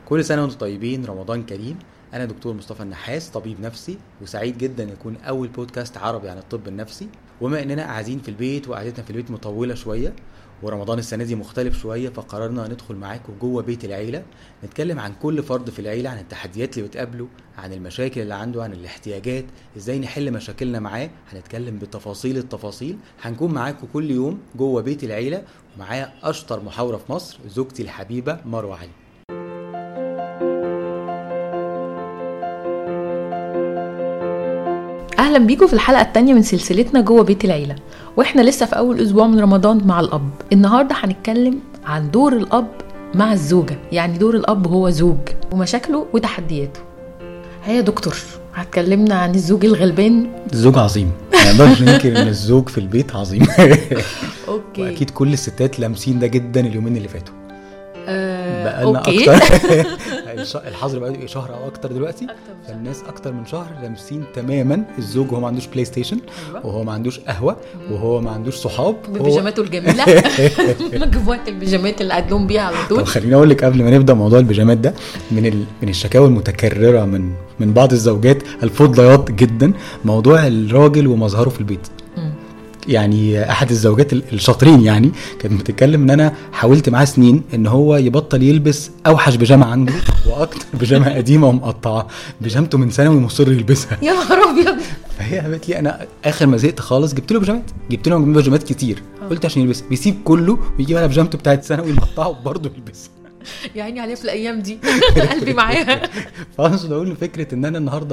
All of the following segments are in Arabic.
كل سنة وانتم طيبين، رمضان كريم. أنا دكتور مصطفى النحاس، طبيب نفسي، وسعيد جدا يكون أول بودكاست عربي عن الطب النفسي. وما إننا قاعدين في البيت وقعدتنا في البيت مطولة شوية، ورمضان السنة دي مختلف شوية، فقررنا ندخل معاكم جوه بيت العيلة، نتكلم عن كل فرد في العيلة، عن التحديات اللي بتقابله، عن المشاكل اللي عنده، عن الاحتياجات، ازاي نحل مشاكلنا معاه. هنتكلم بتفاصيل التفاصيل. هنكون معاكم كل يوم جوه بيت العيلة، ومعايا أشطر محاورة في مصر، زوجتي الحبيبة مروة علي. اهلا بيكم في الحلقه الثانيه من سلسلتنا جوه بيت العيله، واحنا لسه في اول اسبوع من رمضان مع الاب. النهارده هنتكلم عن دور الاب مع الزوجه، يعني دور الاب هو زوج ومشاكله وتحدياته. هيا دكتور، هتكلمنا عن الزوج الغلبان. الزوج عظيم، ما نقدرش ننكر ان الزوج في البيت عظيم. اوكي، واكيد كل الستات لامسين ده جدا اليومين اللي فاتوا. بقالنا أوكي. اكتر. الحظر بقى شهر او اكتر دلوقتي، فالناس اكتر من شهر لامسين تماما الزوج وهو ما عندوش بلاي ستيشن، وهو ما عندوش قهوه، وهو ما عندوش صحاب، ببيجاماته الجميله. مجموعه البيجامات اللي قاعد لهم بيها على طول. طب خليني اقول لك قبل ما نبدا موضوع البيجامات ده، من الشكاوى المتكرره من بعض الزوجات الفضليات جدا موضوع الراجل ومظهره في البيت. يعني احد الزوجات الشاطرين يعني كانت بتتكلم ان انا حاولت معاه سنين ان هو يبطل يلبس اوحش بيجامه عنده، واكتر بيجامه قديمه ومقطعه، بيجامته من ثانوي مصر يلبسها. يا نهار ابيض. فهي قالت لي انا اخر ما زهقت خالص جبت له بيجامات، جبت له بيجامات كتير، قلت عشان يلبسها بيسيب كله ويجيب على بيجامته بتاعت ثانوي مقطعه وبرضه يلبسها. يعني عليه في الايام دي. قلبي معاها. فاقصد اقول فكره ان انا النهارده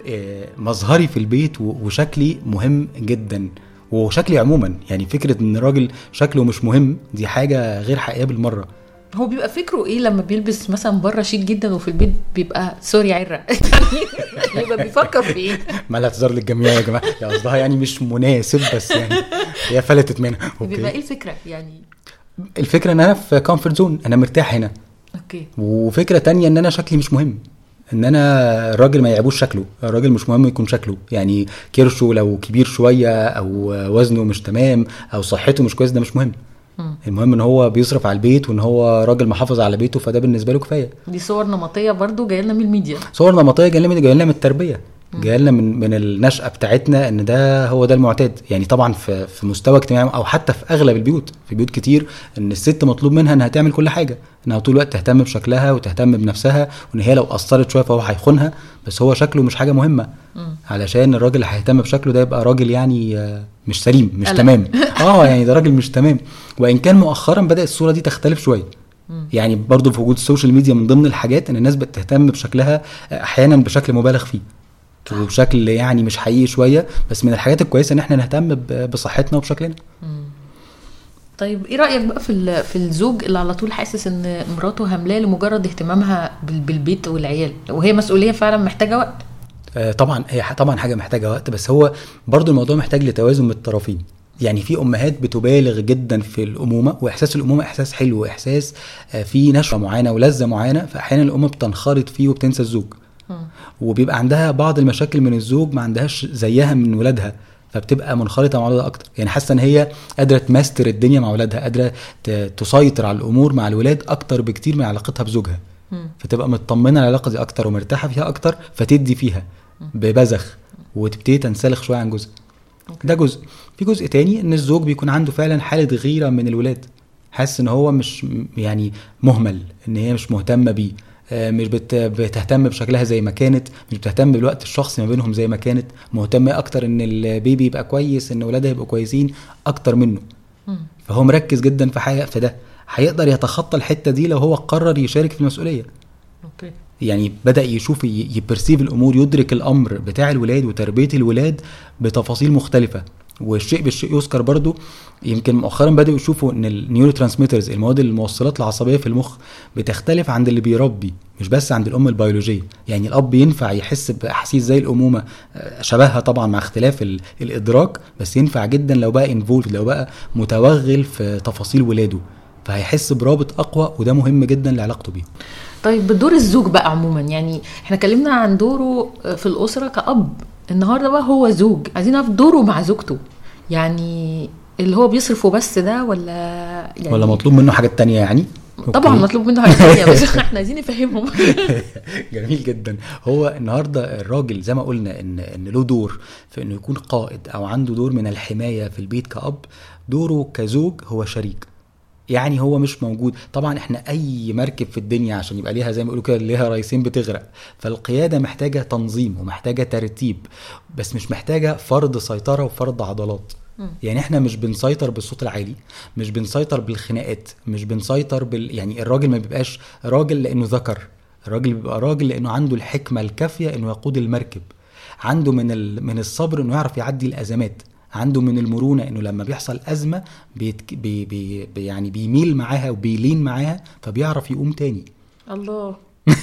مظهري في البيت وشكلي مهم جدا، وشكلي عموما. يعني فكرة ان الراجل شكله مش مهم دي حاجة غير حقيقية بالمرة. هو بيبقى فكره ايه لما بيلبس مثلا بره شيك جدا وفي البيت بيبقى سوري عرق؟ يبقى بيفكر في ايه؟ ما لا اعتذار للجميع يا جماعة، يا قصدها يعني مش مناسب، بس يعني هي فلتت منها. بيبقى ايه الفكرة يعني؟ الفكرة ان انا في كومفورت زون، انا مرتاح هنا. اوكي. وفكرة تانية ان انا شكلي مش مهم، ان انا الراجل ما يعيبوش شكله، الراجل مش مهم يكون شكله، يعني كرشه لو كبير شوية او وزنه مش تمام او صحته مش كويس، ده مش مهم. المهم ان هو بيصرف على البيت وان هو راجل محافظ على بيته، فده بالنسبة له كفاية. دي صور نمطية برضو جايه لنا من الميديا، صور نمطية جايه لنا من التربية، جايه لنا من النشأة بتاعتنا، ان ده هو ده المعتاد. يعني طبعا في مستوى اجتماعي او حتى في اغلب البيوت، في بيوت كتير ان الست مطلوب منها انها تعمل كل حاجة، انها طول الوقت تهتم بشكلها وتهتم بنفسها، وان هي لو قصرت شويه فهو هيخونها، بس هو شكله مش حاجه مهمه. علشان الراجل اللي هيهتم بشكله ده يبقى راجل يعني مش سليم، مش تمام. يعني ده راجل مش تمام. وان كان مؤخرا بدأت الصوره دي تختلف شويه، يعني برضو في وجود السوشيال ميديا من ضمن الحاجات ان الناس بتهتم بشكلها احيانا بشكل مبالغ فيه وبشكل يعني مش حقيقي شويه، بس من الحاجات الكويسه ان احنا نهتم بصحتنا وبشكلنا. طيب ايه رأيك بقى في الزوج اللي على طول حاسس ان مراته هملاه لمجرد اهتمامها بالبيت والعيال، وهي مسؤولية فعلا محتاجة وقت؟ طبعا هي طبعا حاجة محتاجة وقت، بس هو برضو الموضوع محتاج لتوازن من الطرفين. يعني في امهات بتبالغ جدا في الامومه، واحساس الامومه احساس حلو، واحساس فيه نشوه معينه ولذه معينه، فاحيانا الام بتنخرط فيه وبتنسى الزوج، وبيبقى عندها بعض المشاكل من الزوج ما عندهاش زيها من ولادها، فبتبقى منخرطه مع ولادها اكتر. يعني حاسه ان هي قادره تماستر الدنيا مع ولادها، قادره تسيطر على الامور مع الولاد اكتر بكتير من علاقتها بزوجها، فتبقى مطمنه على العلاقه دي اكتر ومرتاحه فيها اكتر، فتدي فيها ببذخ وتبتدي تنسلخ شويه عن جزء. ده جزء. في جزء تاني ان الزوج بيكون عنده فعلا حاله غيره من الولاد، حاسس ان هو مش يعني مهمل، ان هي مش مهتمه بيه، مش بتهتم بشكلها زي ما كانت، مش بتهتم بالوقت الشخصي ما بينهم زي ما كانت، مهتمه اكتر ان البيبي يبقى كويس، ان ولادها يبقوا كويسين اكتر منه. فهو مركز جدا في حاجه، فده هيقدر يتخطى الحته دي لو هو قرر يشارك في المسؤوليه. اوكي. يعني بدأ يشوف يبرسيف الامور، يدرك الامر بتاع الولاد وتربيه الولاد بتفاصيل مختلفه. والشيء بالشيء يذكر برضو، يمكن مؤخرا بدأوا يشوفوا ان النيورو ترانسميترز، المواد الموصلات العصبيه في المخ، بتختلف عند اللي بيربي، مش بس عند الام البيولوجيه. يعني الاب ينفع يحس باحاسيس زي الامومه، شبهها طبعا مع اختلاف الادراك، بس ينفع جدا لو بقى انفولد، لو بقى متوغل في تفاصيل ولاده، فهيحس برابط اقوى، وده مهم جدا لعلاقته بيه. طيب بدور الزوج بقى عموما، يعني احنا اتكلمنا عن دوره في الاسره كأب، النهارده بقى هو زوج، عايزين نعرف دوره مع زوجته، يعني اللي هو بيصرفه بس ده ولا يعني ولا مطلوب منه حاجات تانية؟ يعني طبعا مطلوب منه حاجه ثانيه بس احنا عايزين نفهمهم. جميل جدا. هو النهارده الراجل زي ما قلنا ان له دور في انه يكون قائد او عنده دور من الحمايه في البيت كأب. دوره كزوج هو شريك، يعني هو مش موجود. طبعا احنا اي مركب في الدنيا عشان يبقى ليها زي ما بيقولوا كده ليها رئيسين بتغرق، فالقياده محتاجه تنظيم ومحتاجه ترتيب، بس مش محتاجه فرض سيطره وفرض عضلات. يعني احنا مش بنسيطر بالصوت العالي، مش بنسيطر بالخناقات، مش بنسيطر يعني الراجل ما بيبقاش راجل لانه ذكر، الراجل بيبقى راجل لانه عنده الحكمه الكافيه انه يقود المركب، عنده من الصبر انه يعرف يعدي الازمات، عنده من المرونة انه لما بيحصل ازمة يعني بيميل معاها وبيلين معاها فبيعرف يقوم تاني. الله.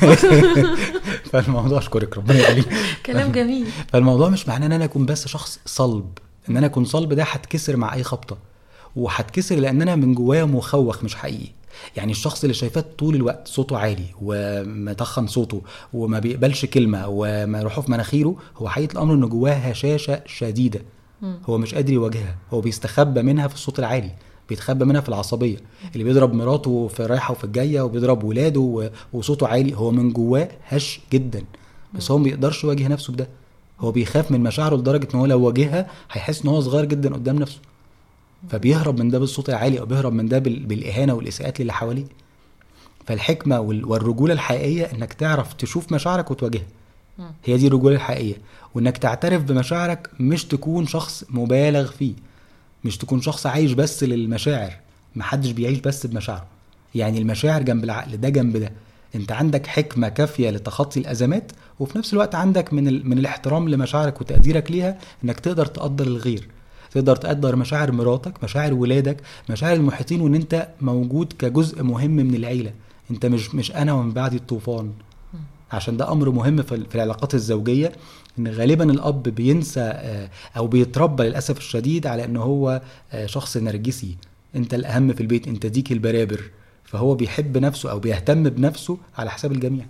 فالموضوع اشكرك ربنا يخليك. كلام جميل. فالموضوع مش معناه ان انا اكون بس شخص صلب، ان انا اكون صلب ده هتكسر مع اي خبطة، وهتكسر لان انا من جوايا مخوخ مش حقيقي. يعني الشخص اللي شايفاه طول الوقت صوته عالي ومتخن صوته وما بيقبلش كلمة وما يروحوا في مناخيره، هو حقيقة الامر انه جواه هشاشة شديدة، هو مش قادر يواجهها، هو بيستخبى منها في الصوت العالي، بيتخبى منها في العصبية. اللي بيضرب مراته في رايحة وفي الجاية وبيضرب ولاده وصوته عالي، هو من جواه هش جدا، بس هو ما بيقدرش يواجه نفسه بده. هو بيخاف من مشاعره لدرجة ان هو لو واجهها هيحس ان هو صغير جدا قدام نفسه، فبيهرب من ده بالصوت العالي او بيهرب من ده بالاهانة والاساءات اللي حواليه. فالحكمة والرجولة الحقيقية انك تعرف تشوف مشاعرك وتواجهها، هي دي الرجولة الحقيقية. وانك تعترف بمشاعرك، مش تكون شخص مبالغ فيه، مش تكون شخص عايش بس للمشاعر. محدش بيعيش بس بمشاعره، يعني المشاعر جنب العقل، ده جنب ده. انت عندك حكمة كافية لتخطي الازمات، وفي نفس الوقت عندك من الاحترام لمشاعرك وتقديرك ليها، انك تقدر تقدر الغير، تقدر تقدر مشاعر مراتك، مشاعر ولادك، مشاعر المحيطين، وان انت موجود كجزء مهم من العيلة. انت مش انا ومن بعد الطوفان. عشان ده امر مهم في العلاقات الزوجية، ان غالبا الاب بينسى او بيتربى للاسف الشديد على انه هو شخص نرجسي، انت الاهم في البيت، انت ديك البرابر، فهو بيحب نفسه او بيهتم بنفسه على حساب الجميع.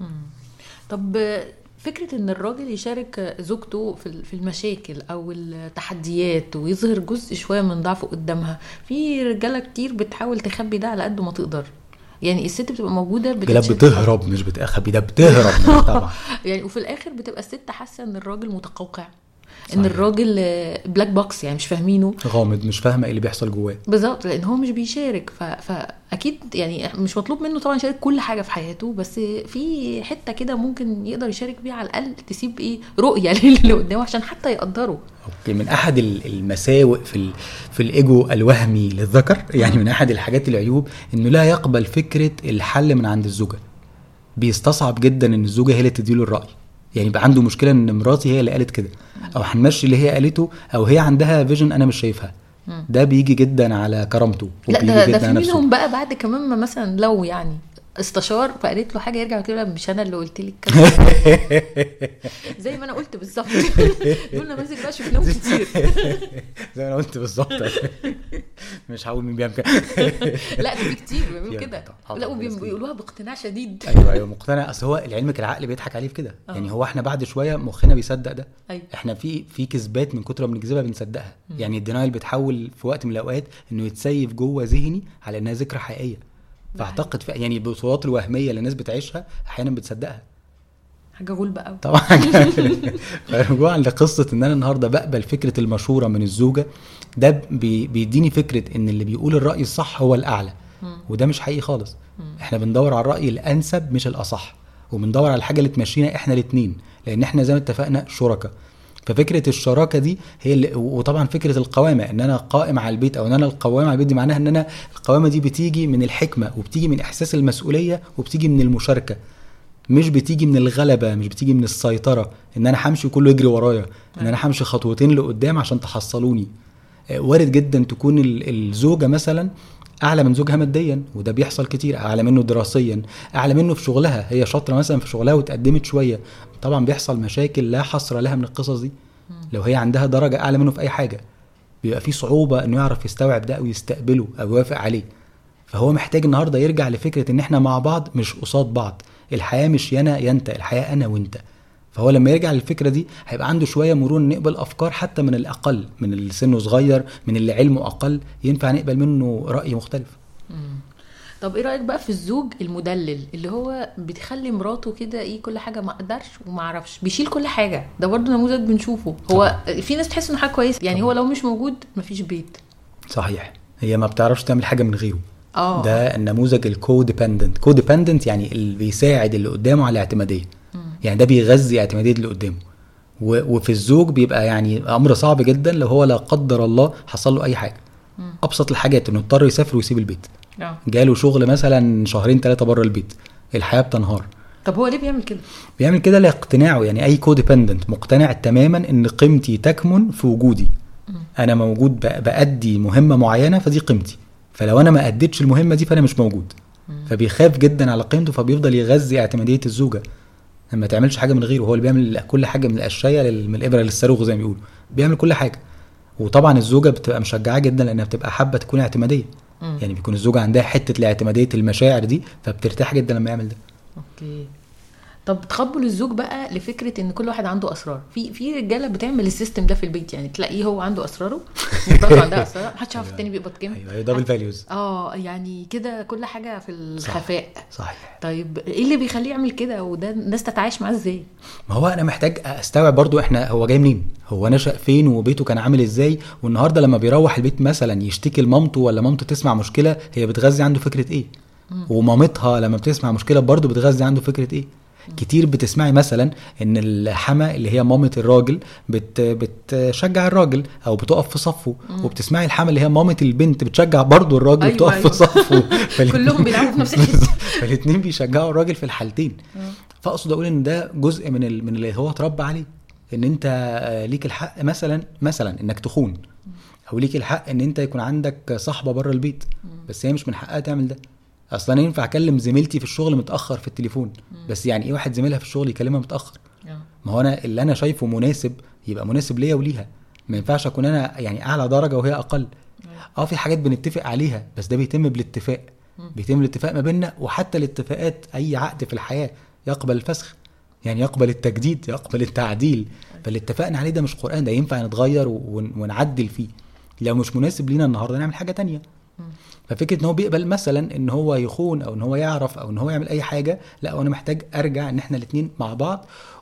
طب فكرة ان الراجل يشارك زوجته في المشاكل او التحديات ويظهر جزء شوية من ضعفه قدامها، في رجالة كتير بتحاول تخبي ده على قد ما تقدر. يعني الست بتبقى موجودة بتهرب، مش بتخبي، ده بتهرب طبعا. يعني وفي الاخر بتبقى الست حاسة ان الراجل متقوقع، ان الراجل بلاك بوكس، يعني مش فاهمينه، غامض، مش فاهمه ايه اللي بيحصل جواه بالظبط، لان هو مش بيشارك. فاكيد يعني مش مطلوب منه طبعا يشارك كل حاجه في حياته، بس في حته كده ممكن يقدر يشارك بيها، على الاقل تسيب ايه رؤيه للي قدامه عشان حتى يقدره. اوكي. من احد المساوئ في الايجو الوهمي للذكر، يعني من احد الحاجات العيوب، انه لا يقبل فكره الحل من عند الزوجه. بيستصعب جدا ان الزوجه هي اللي تديله الراي، يعني يبقى عنده مشكله ان مراتي هي اللي قالت كده، او هنمشي اللي هي قالته، او هي عندها فيجن انا مش شايفها. ده بيجي جدا على كرامته. لا ده في منهم بقى بعد كمان ما مثلا لو يعني استشار فقالت له حاجه يرجع كده مش انا اللي قلت لك كده. زي ما انا قلت بالظبط. دول نماذج بقى شفناهم كتير. زي ما انا قلت بالظبط. مش هقول مين بيعمل كده. لا ده كتير بيعملوا كده. لا وبيقولوها باقتناع شديد. ايوه مقتنع. اصل هو العلمك العقل بيضحك عليه في كده. يعني هو احنا بعد شويه مخنا بيصدق ده. احنا في كذبات من كتر ما بنكذبها بنصدقها. يعني الدينايل بتحول في وقت من الاوقات انه يتسيف جوه ذهني على انها ذكرى حقيقيه. فاعتقد يعني بصورات الوهميه اللي الناس بتعيشها احيانا بتصدقها. حاجه غلبه قوي طبعا. فرجوعا لقصه ان انا النهارده بقبل فكره المشوره من الزوجه، ده بيديني فكره ان اللي بيقول الراي الصح هو الاعلى، وده مش حقيقي خالص. احنا بندور على الراي الانسب مش الاصح، وبندور على الحاجه اللي تمشينا احنا الاثنين، لان احنا زي ما اتفقنا شركاء. ففكره الشراكه دي هي اللي، وطبعا فكره القوامه، ان انا قائم على البيت او ان انا القوامه على البيت، دي معناها ان انا القوامه دي بتيجي من الحكمه، وبتيجي من احساس المسؤوليه، وبتيجي من المشاركه، مش بتيجي من الغلبه، مش بتيجي من السيطره، ان انا همشي كله يجري ورايا، ان انا همشي خطوتين لقدام عشان تحصلوني. وارد جدا تكون الزوجه مثلا اعلى من زوجها ماديا، وده بيحصل كتير، اعلى منه دراسيا، اعلى منه في شغلها، هي شاطره مثلا في شغلها وتقدمت شويه، طبعا بيحصل مشاكل لا حصر لها من القصص دي. لو هي عندها درجه اعلى منه في اي حاجه، بيبقى في صعوبه انه يعرف يستوعب ده او يستقبله او يوافق عليه. فهو محتاج النهارده يرجع لفكره ان احنا مع بعض مش قصاد بعض، الحياه مش يانا ينت، الحياه انا وانت. فهو لما يرجع للفكره دي هيبقى عنده شويه مرونه نقبل افكار حتى من الاقل، من اللي سنه صغير، من اللي علمه اقل، ينفع نقبل منه راي مختلف. طب ايه رايك بقى في الزوج المدلل اللي هو بتخلي مراته كده ايه كل حاجه ما اقدرش وما اعرفش، بيشيل كل حاجه؟ ده برضو نموذج بنشوفه. هو في ناس تحس انه حاجه كويسه يعني، هو لو مش موجود مفيش بيت. صحيح، هي ما بتعرفش تعمل حاجه من غيره. ده النموذج الكوديبندنت، يعني اللي بيساعد اللي قدامه على الاعتماديه. يعني ده بيغذي اعتماديه اللي قدامه. وفي الزوج بيبقى يعني امر صعب جدا لو هو لا قدر الله حصل له اي حاجه. ابسط الحاجات انه اضطر يسافر ويسيب البيت، جاله شغل مثلا 2-3 بره البيت، الحياه بتنهار. طب هو ليه بيعمل كده؟ بيعمل كده لاقتناعه، يعني اي كوديبندنت مقتنع تماما ان قيمتي تكمن في وجودي. انا موجود بأدي مهمه معينه، فدي قيمتي، فلو انا ما اديتش المهمه دي فانا مش موجود. فبيخاف جدا على قيمته، فبيفضل يغذي اعتماديه الزوجه. ما تعملش حاجه من غيره، هو اللي بيعمل كل حاجه، من القشايه من الابره للصاروخ زي ما بيقولوا، بيعمل كل حاجه. وطبعا الزوجه بتبقى مشجعه جدا لانها بتبقى حابه تكون اعتماديه. يعني بيكون الزوجه عندها حته الاعتماديه المشاعر دي، فبترتاح جدا لما يعمل ده. اوكي. طب تقبل الزوج بقى لفكره ان كل واحد عنده اسرار؟ في رجاله بتعمل السيستم ده في البيت، يعني تلاقيه هو عنده اسراره ومراته عندها اسرار، محدش يعرف التاني بيقبض كام. ايوه دبل فاليوز. يعني كده كل حاجه في الخفاء. صحيح. طيب ايه اللي بيخليه يعمل كده، وده الناس تتعايش معاه ازاي؟ ما هو انا محتاج استوعب برضو هو جاي منين، هو نشأ فين، وبيته كان عامل ازاي. والنهارده لما بيروح البيت مثلا يشتكي لمامته، ولا مامته تسمع مشكله، هي بتغذي عنده فكره ايه؟ ومامتها لما بتسمع مشكله برضو بتغذي عنده فكره ايه؟ كتير بتسمعي مثلا ان الحما اللي هي مامة الراجل بتشجع الراجل او بتقف في صفه، وبتسمعي الحما اللي هي مامة البنت بتشجع برضو الراجل وبتقف في صفه. كلهم بيلعبوا في نفس الحته. فالاثنين بيشجعوا الراجل في الحالتين. فاقصد اقول ان ده جزء من اللي هو اتربى عليه، ان انت ليك الحق مثلا انك تخون، او ليك الحق ان انت يكون عندك صاحبه بره البيت، بس هي مش من حقها تعمل ده. اصلا ينفع اكلم زميلتي في الشغل متاخر في التليفون، بس يعني ايه واحد زميلها في الشغل يكلمها متاخر؟ ما هو انا اللي انا شايفه مناسب يبقى مناسب ليا وليها، ما ينفعش اكون انا يعني اعلى درجه وهي اقل. في حاجات بنتفق عليها، بس ده بيتم بالاتفاق، بيتم الاتفاق ما بيننا. وحتى الاتفاقات، اي عقد في الحياه يقبل الفسخ، يعني يقبل التجديد، يقبل التعديل. فاللي اتفقنا عليه ده مش قرآن، ده ينفع نتغير ونعدل فيه. لو مش مناسب لينا النهارده نعمل حاجه تانية. ففكره ان هو بيقبل مثلا ان هو يخون، او ان هو يعرف، او ان هو يعمل اي حاجه، لا، وانا محتاج ارجع ان احنا الاثنين مع بعض،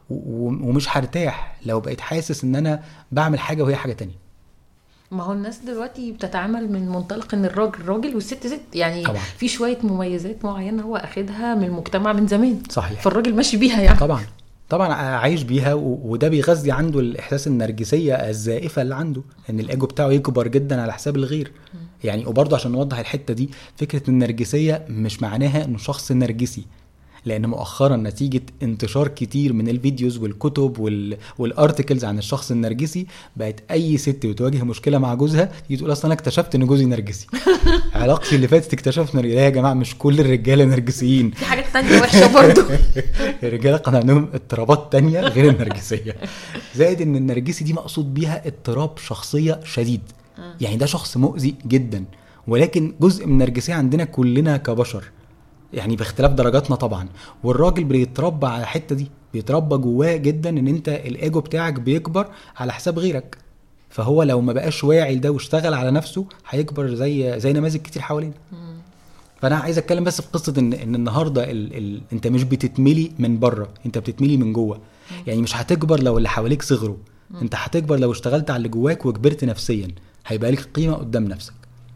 ومش هرتاح لو بقيت حاسس ان انا بعمل حاجه وهي حاجه تانية. ما هو الناس دلوقتي بتتعامل من منطلق ان الراجل راجل والست ست، يعني طبعا. في شويه مميزات معينه هو اخدها من المجتمع من زمان. صحيح. فالراجل ماشي بيها يعني. طبعا عايش بيها، وده بيغذي عنده الاحساس النرجسيه الزائفه اللي عنده، ان الايجو بتاعه يكبر جدا على حساب الغير. يعني وبرضه عشان نوضح الحته دي، فكره النرجسيه مش معناها انه شخص نرجسي، لان مؤخرا نتيجه انتشار كتير من الفيديوز والكتب والارتكلز عن الشخص النرجسي، بقت اي ست بتواجه مشكله مع جوزها تيجي تقول اصلا انا اكتشفت ان جوزي نرجسي. علاقتي اللي فاتت اكتشفت ان يا جماعه مش كل الرجاله نرجسيين، في حاجات تانية وحشه برضه. الرجاله كان عندهم اضطرابات تانية غير النرجسيه. زائد ان النرجسي دي مقصود بيها اضطراب شخصيه شديد، يعني ده شخص مؤذي جدا. ولكن جزء من النرجسيه عندنا كلنا كبشر، يعني باختلاف درجاتنا طبعا. والراجل بيتربى على الحته دي، بيتربى جواه جدا ان انت الايجو بتاعك بيكبر على حساب غيرك. فهو لو ما بقاش واعي ده واشتغل على نفسه، هيكبر زي نماذج كتير حوالينا. فانا عايز اتكلم بس في قصه ان النهارده انت مش بتتملي من بره، انت بتتملي من جوه. يعني مش هتكبر لو اللي حواليك صغروا، انت هتكبر لو اشتغلت على اللي جواك وكبرت نفسيا، هيبقى لك قيمه قدام نفسك.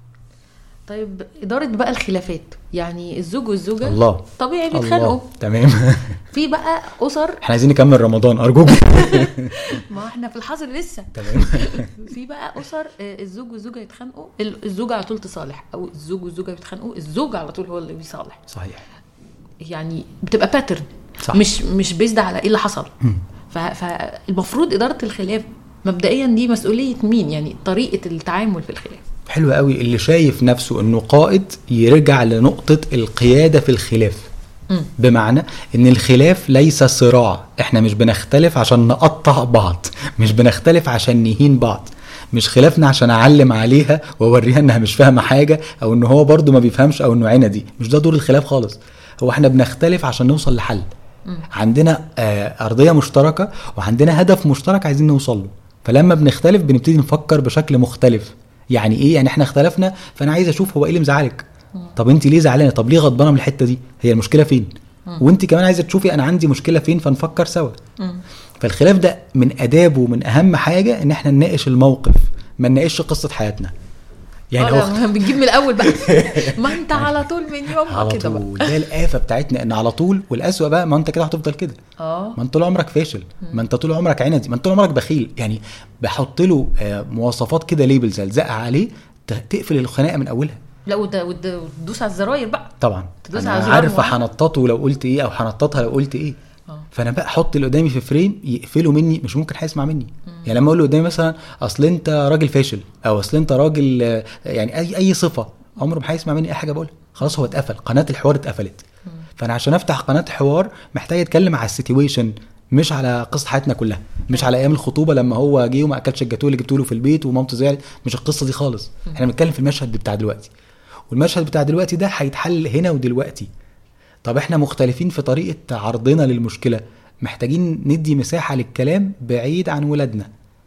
طيب إدارة بقى الخلافات، يعني الزوج والزوجة الله طبيعي بيتخانقوا. تمام. في بقى أسر، احنا عايزين نكمل رمضان أرجوك. ما احنا في الحظر لسه. تمام. في بقى أسر الزوج والزوجة يتخانقوا، الزوجة على طول تصالح، أو الزوج والزوجة يتخانقوا الزوج على طول هو اللي بيصالح. صحيح. يعني بتبقى باترن، مش بيزد على ايه اللي حصل. فالمفروض إدارة الخلاف مبدئيا دي مسؤولية مين؟ يعني طريقة التعامل في الخلاف. حلو قوي. اللي شايف نفسه انه قائد يرجع لنقطة القيادة في الخلاف. بمعنى ان الخلاف ليس صراع، احنا مش بنختلف عشان نقطع بعض، مش بنختلف عشان نهين بعض، مش خلافنا عشان اعلم عليها واوريها انها مش فاهمة حاجة، او انه هو برضو ما بيفهمش، او انه عندي. مش ده دور الخلاف خالص. هو احنا بنختلف عشان نوصل لحل. عندنا ارضية مشتركة وعندنا هدف مشترك عايزين نوصل له. فلما بنختلف بنبتدي نفكر بشكل مختلف. يعني ايه؟ يعني احنا اختلفنا، فانا عايز اشوف هو ايه اللي مزعلك، طب انت ليه زعلانه؟ طب ليه غضبانه من الحته دي؟ هي المشكله فين؟ وانت كمان عايزه تشوفي انا عندي مشكله فين، فنفكر سوا. فالخلاف ده من ادابه ومن اهم حاجه ان احنا نناقش الموقف، ما نناقش قصه حياتنا. يعني هو بنجيب من الاول بقى ما انت على طول من يوم كده بقى. ده الآفة بتاعتنا ان على طول، والأسوأ بقى ما انت كده هتفضل كده. ما انت طول عمرك فاشل، ما انت طول عمرك عندي، ما انت طول عمرك بخيل. يعني بحط له مواصفات كده، ليبلز الزقها عليه تقفل الخناقه من اولها. لا وتدوس على الزراير بقى طبعا. انا عارفه هنططه لو قلت ايه، او هنططها لو قلت ايه. فانا بقى احط اللي قدامي في فريم يقفله مني، مش ممكن هيسمع مني. يعني لما اقول له قدامي مثلا اصل انت راجل فاشل، او اصل انت راجل يعني اي صفه، عمره ما هيسمع مني اي حاجه بقولها. خلاص هو اتقفل، قناه الحوار اتقفلت. فانا عشان افتح قناه حوار محتاج اتكلم على السيتويشن، مش على قصه حياتنا كلها، مش على ايام الخطوبه لما هو جه وما اكلش الجاتوه اللي جبته له في البيت ومامته زعلت. مش القصه دي خالص. احنا بنتكلم في المشهد بتاع دلوقتي، والمشهد بتاع دلوقتي ده هيتحل هنا ودلوقتي. طب احنا مختلفين في طريقه عرضنا للمشكله، محتاجين ندي مساحه للكلام بعيد عن ولادنا.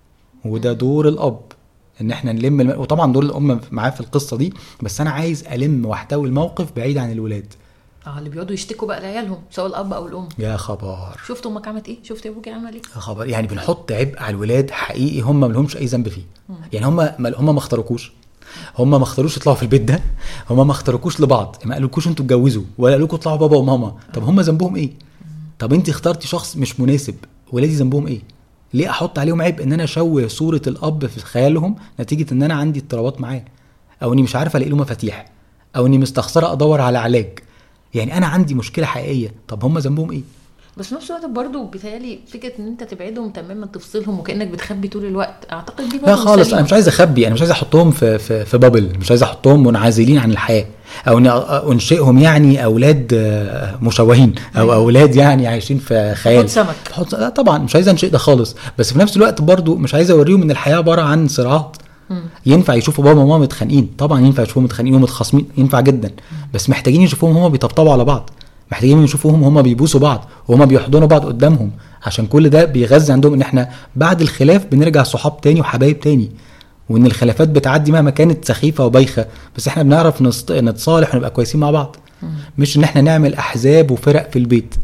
وده دور الاب، ان احنا نلم وطبعا دور الام معاه في القصه دي، بس انا عايز الم واحتوي الموقف بعيد عن الولاد. اللي بيقعدوا يشتكوا بقى لعيالهم، سواء الاب او الام. يا خبر، شفت امك عملت ايه، شفت ابوك عمل ايه. يا خبر، يعني بنحط عبء على الولاد حقيقي هم ما لهمش اي ذنب فيه. يعني هم ما اختاروكوش، هم ما اختاروش يطلعوا في البيت ده، هم ما اختاروكوش لبعض، ما قالوكوش انتوا اتجوزوا، ولا قالوكوا اطلعوا بابا وماما. طب هم ذنبهم ايه؟ طب انت اخترتي شخص مش مناسب، ولادي ذنبهم ايه؟ ليه احط عليهم عبء ان انا اشوه صوره الاب في خيالهم نتيجه ان انا عندي اضطرابات معاه، او اني مش عارفه الاقي له مفاتيح، او اني مستخسره ادور على علاج؟ يعني انا عندي مشكله حقيقيه، طب هم ذنبهم ايه؟ بس في نفس الوقت برضه بيتهيألي فكره ان انت تبعدهم تماما، تفصلهم وكانك بتخبي طول الوقت، اعتقد دي لا خالص. انا مش عايز اخبي، انا مش عايز احطهم في بابل، مش عايز احطهم منعزلين عن الحياه، او اني انشئهم يعني اولاد مشوهين، او اولاد يعني عايشين في خيال. لا طبعا مش عايز انشئ ده خالص. بس في نفس الوقت برضه مش عايز اوريهم ان الحياه عباره عن صراعات. ينفع يشوفوا بابا وماما متخانقين، طبعا ينفع يشوفوهم متخانقين ومتخاصمين، ينفع جدا. بس محتاجين يشوفوهم هما بيطبطبوا على بعض، محتاجين يشوفوهم هما بيبوسوا بعض وهما بيحضنوا بعض قدامهم، عشان كل ده بيغذي عندهم ان احنا بعد الخلاف بنرجع صحاب تاني وحبايب تاني، وان الخلافات بتعدي مهما كانت سخيفه وبايخه، بس احنا بنعرف نتصالح ونبقى كويسين مع بعض. مش ان احنا نعمل احزاب وفرق في البيت.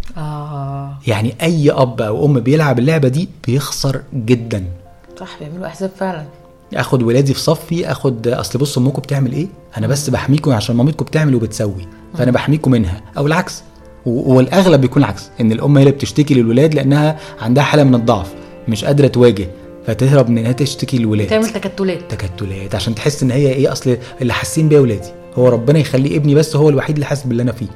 يعني اي اب او ام بيلعب اللعبه دي بيخسر جدا. صح، بيعملوا احزاب فعلا. اخد ولادي في صفي، اخد اصل بصوا امكم بتعمل ايه، انا بس بحميكم عشان مامتكم بتعمل وبتسوي، فانا بحميكم منها، او العكس. والاغلب بيكون العكس، ان الام هي اللي بتشتكي للولاد لانها عندها حاله من الضعف، مش قادره تواجه، فتهرب من انها تشتكي للولاد، تعمل تكتلات عشان تحس ان هي ايه، اصل اللي حاسين بيا ولادي، هو ربنا يخلي ابني بس هو الوحيد اللي حاسس باللي انا فيه.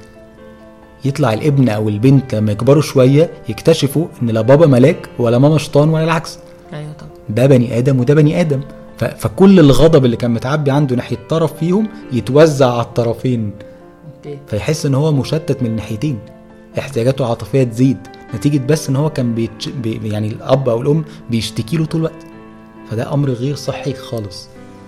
يطلع الابن او البنت لما يكبروا شويه يكتشفوا ان لا بابا ملاك ولا ماما شيطان ولا العكس. ايوه طبعا، ده بني ادم وده بني ادم. فكل الغضب اللي كان متعبي عنده ناحيه طرف فيهم يتوزع على الطرفين، فيحس ان هو مشتت من الناحيتين، احتياجاته العاطفيه تزيد نتيجه بس ان هو كان يعني الاب او الام بيشتكي له طول الوقت. فده امر غير صحي خالص.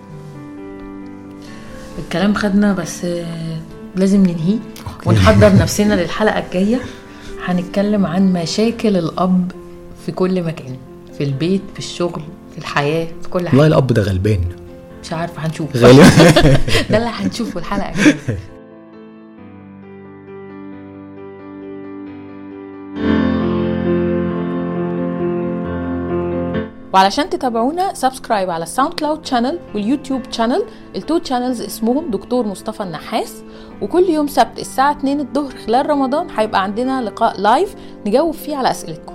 الكلام خدنا، بس لازم ننهيه ونحضر نفسنا للحلقه الجايه. هنتكلم عن مشاكل الاب في كل مكان، في البيت، في الشغل، في الحياه، في كل حاجه. والله الاب ده غلبان، مش عارفه، هنشوف غالبا ده اللي هنشوفه الحلقه الجايه. وعلشان تتابعونا سبسكرايب على الساوند كلاود شانل واليوتيوب شانل. التو شانلز اسمهم دكتور مصطفى النحاس. وكل يوم سبت الساعة 2 الظهر خلال رمضان هيبقى عندنا لقاء لايف نجاوب فيه على أسئلتكم.